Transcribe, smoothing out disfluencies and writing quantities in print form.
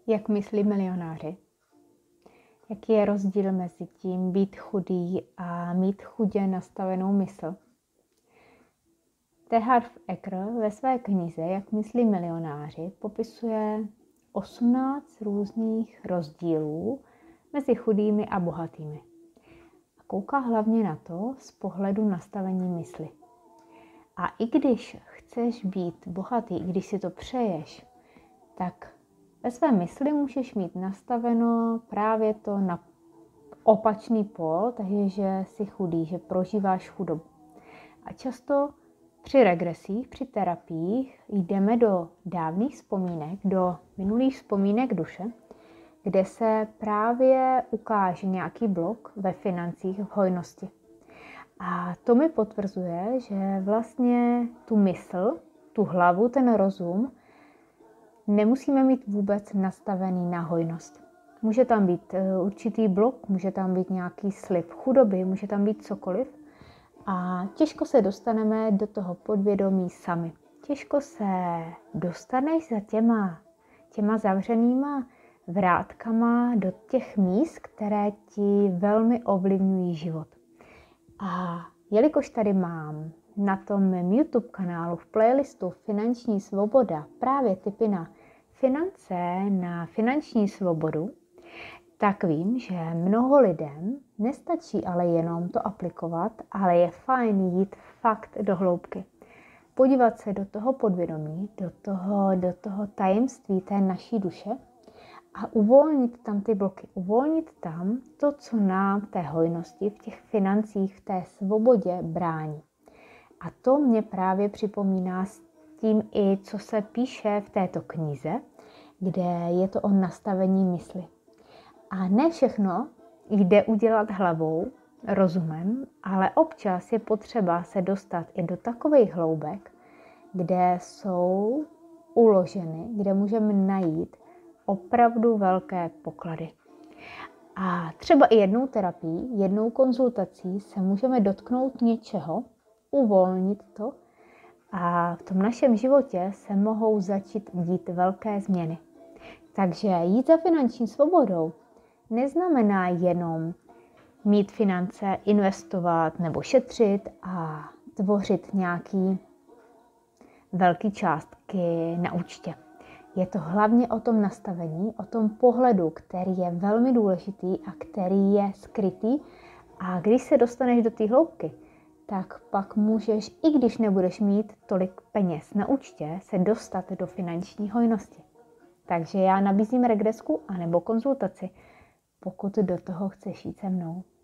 Jak myslí milionáři? Jaký je rozdíl mezi tím být chudý a mít chudě nastavenou mysl? T. Harv Eker ve své knize Jak myslí milionáři popisuje 18 různých rozdílů mezi chudými a bohatými. A kouká hlavně na to z pohledu nastavení mysli. A i když chceš být bohatý, i když si to přeješ, tak ve své mysli můžeš mít nastaveno právě to na opačný pól, takže jsi chudý, že prožíváš chudobu. A často při regresích, při terapiích jdeme do dávných vzpomínek, do minulých vzpomínek duše, kde se právě ukáže nějaký blok ve financích, v hojnosti. A to mi potvrzuje, že vlastně tu mysl, tu hlavu, ten rozum nemusíme mít vůbec nastavený na hojnost. Může tam být určitý blok, může tam být nějaký slib chudoby, může tam být cokoliv. A těžko se dostaneme do toho podvědomí sami. Těžko se dostaneš za těma zavřenýma vrátkama do těch míst, které ti velmi ovlivňují život. A jelikož tady mám na tom mém YouTube kanálu v playlistu Finanční svoboda právě tipy na finance, na finanční svobodu, tak vím, že mnoho lidem nestačí ale jenom to aplikovat, ale je fajn jít fakt do hloubky. Podívat se do toho podvědomí, do toho tajemství té naší duše a uvolnit tam ty bloky. Uvolnit tam to, co nám v té hojnosti, v těch financích, v té svobodě brání. A to mě právě připomíná s tím i, co se píše v této knize, kde je to o nastavení mysli. A ne všechno jde udělat hlavou, rozumem, ale občas je potřeba se dostat i do takových hloubek, kde jsou uloženy, kde můžeme najít opravdu velké poklady. A třeba i jednou terapií, jednou konzultací se můžeme dotknout něčeho, uvolnit to a v tom našem životě se mohou začít dít velké změny. Takže jít za finanční svobodou neznamená jenom mít finance, investovat nebo šetřit a tvořit nějaké velké částky na účtě. Je to hlavně o tom nastavení, o tom pohledu, který je velmi důležitý a který je skrytý. A když se dostaneš do té hloubky, tak pak můžeš, i když nebudeš mít tolik peněz na účtě, se dostat do finanční hojnosti. Takže já nabízím regresku anebo konzultaci, pokud do toho chceš jít se mnou.